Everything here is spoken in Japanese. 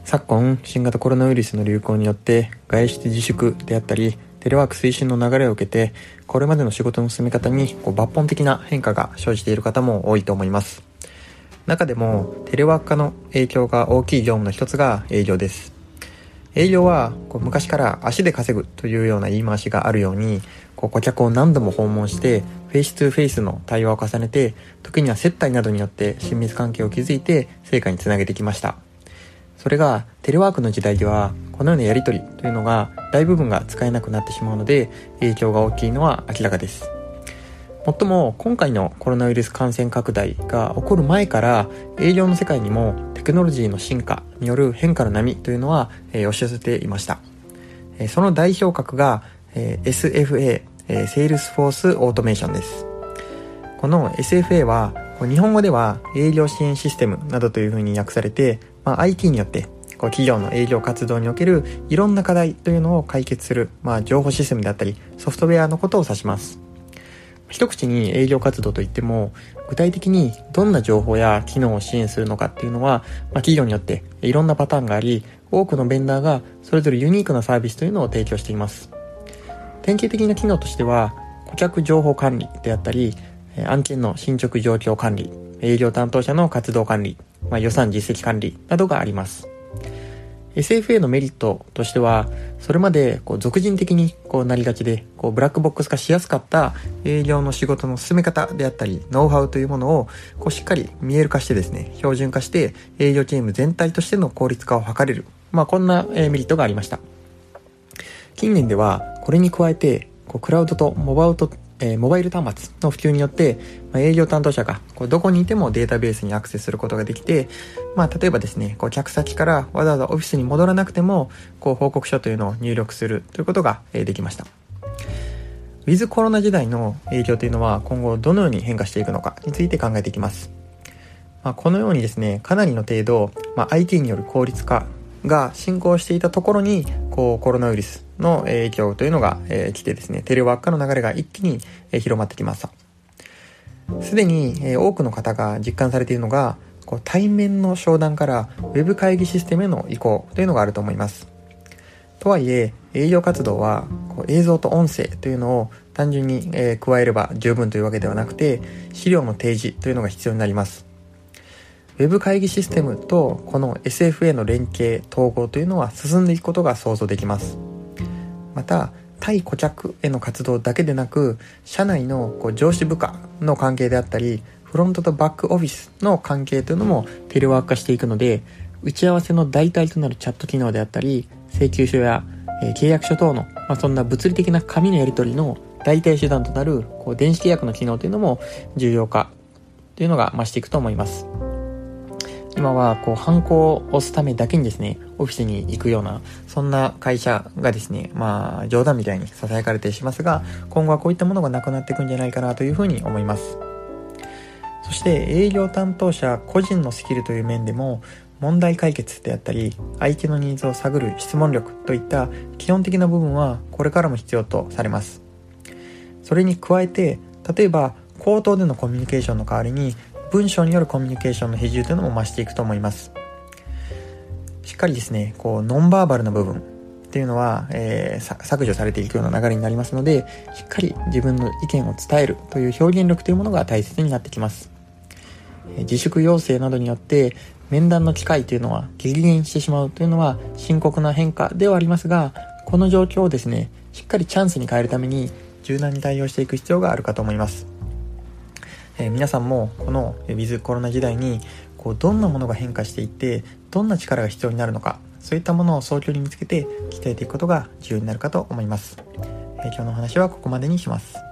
昨今、新型コロナウイルスの流行によって外出自粛であったりテレワーク推進の流れを受けて、これまでの仕事の進め方に抜本的な変化が生じている方も多いと思います。中でもテレワーク化の影響が大きい業務の一つが営業です。営業は昔から足で稼ぐというような言い回しがあるように、顧客を何度も訪問してフェイストゥフェイスの対話を重ねて、時には接待などによって親密関係を築いて成果につなげてきました。それがテレワークの時代ではこのようなやり取りというのが大部分が使えなくなってしまうので、影響が大きいのは明らかです。もっとも今回のコロナウイルス感染拡大が起こる前から、営業の世界にもテクノロジーの進化による変化の波というのは押し寄せていました。その代表格が SFA、セールスフォースオートメーションです。この SFA は日本語では営業支援システムなどというふうに訳されて、IT によって企業の営業活動におけるいろんな課題というのを解決する、情報システムであったりソフトウェアのことを指します。一口に営業活動といっても、具体的にどんな情報や機能を支援するのかっていうのは、企業によっていろんなパターンがあり、多くのベンダーがそれぞれユニークなサービスというのを提供しています。典型的な機能としては、顧客情報管理であったり、案件の進捗状況管理、営業担当者の活動管理、予算実績管理などがあります。SFA のメリットとしては、それまで俗人的になりがちでブラックボックス化しやすかった営業の仕事の進め方であったりノウハウというものをしっかり見える化してですね、標準化して営業チーム全体としての効率化を図れる、こんなメリットがありました。近年ではこれに加えてクラウドとモバイル端末の普及によって、営業担当者がどこにいてもデータベースにアクセスすることができて、例えばですね、客先からわざわざオフィスに戻らなくても報告書というのを入力するということができました。ウィズコロナ時代の営業というのは今後どのように変化していくのかについて考えていきます。このようにですね、かなりの程度、IT による効率化が進行していたところにコロナウイルスの影響というのが来てですね、テレワーク化の流れが一気に広まってきました。すでに多くの方が実感されているのが、対面の商談からウェブ会議システムへの移行というのがあると思います。とはいえ営業活動は映像と音声というのを単純に加えれば十分というわけではなくて、資料の提示というのが必要になります。ウェブ会議システムとこの SFA の連携統合というのは進んでいくことが想像できます。また対顧客への活動だけでなく、社内の上司部下の関係であったりフロントとバックオフィスの関係というのもテレワーク化していくので、打ち合わせの代替となるチャット機能であったり請求書や契約書等の、そんな物理的な紙のやり取りの代替手段となる電子契約の機能というのも重要化というのが増していくと思います。今はハンコを押すためだけにですね、オフィスに行くようなそんな会社がですね、冗談みたいに囁かれてしますが、今後はこういったものがなくなっていくんじゃないかなというふうに思います。そして営業担当者個人のスキルという面でも、問題解決であったり相手のニーズを探る質問力といった基本的な部分はこれからも必要とされます。それに加えて、例えば口頭でのコミュニケーションの代わりに文章によるコミュニケーションの比重というのも増していくと思います。しっかりですね、ノンバーバルな部分っていうのは、削除されていくような流れになりますので、しっかり自分の意見を伝えるという表現力というものが大切になってきます。自粛要請などによって面談の機会というのは激減してしまうというのは深刻な変化ではありますが、この状況をですね、しっかりチャンスに変えるために柔軟に対応していく必要があるかと思います。皆さんもこのウィズコロナ時代にどんなものが変化していってどんな力が必要になるのか、そういったものを早急に見つけて鍛えていくことが重要になるかと思います。今日のお話はここまでにします。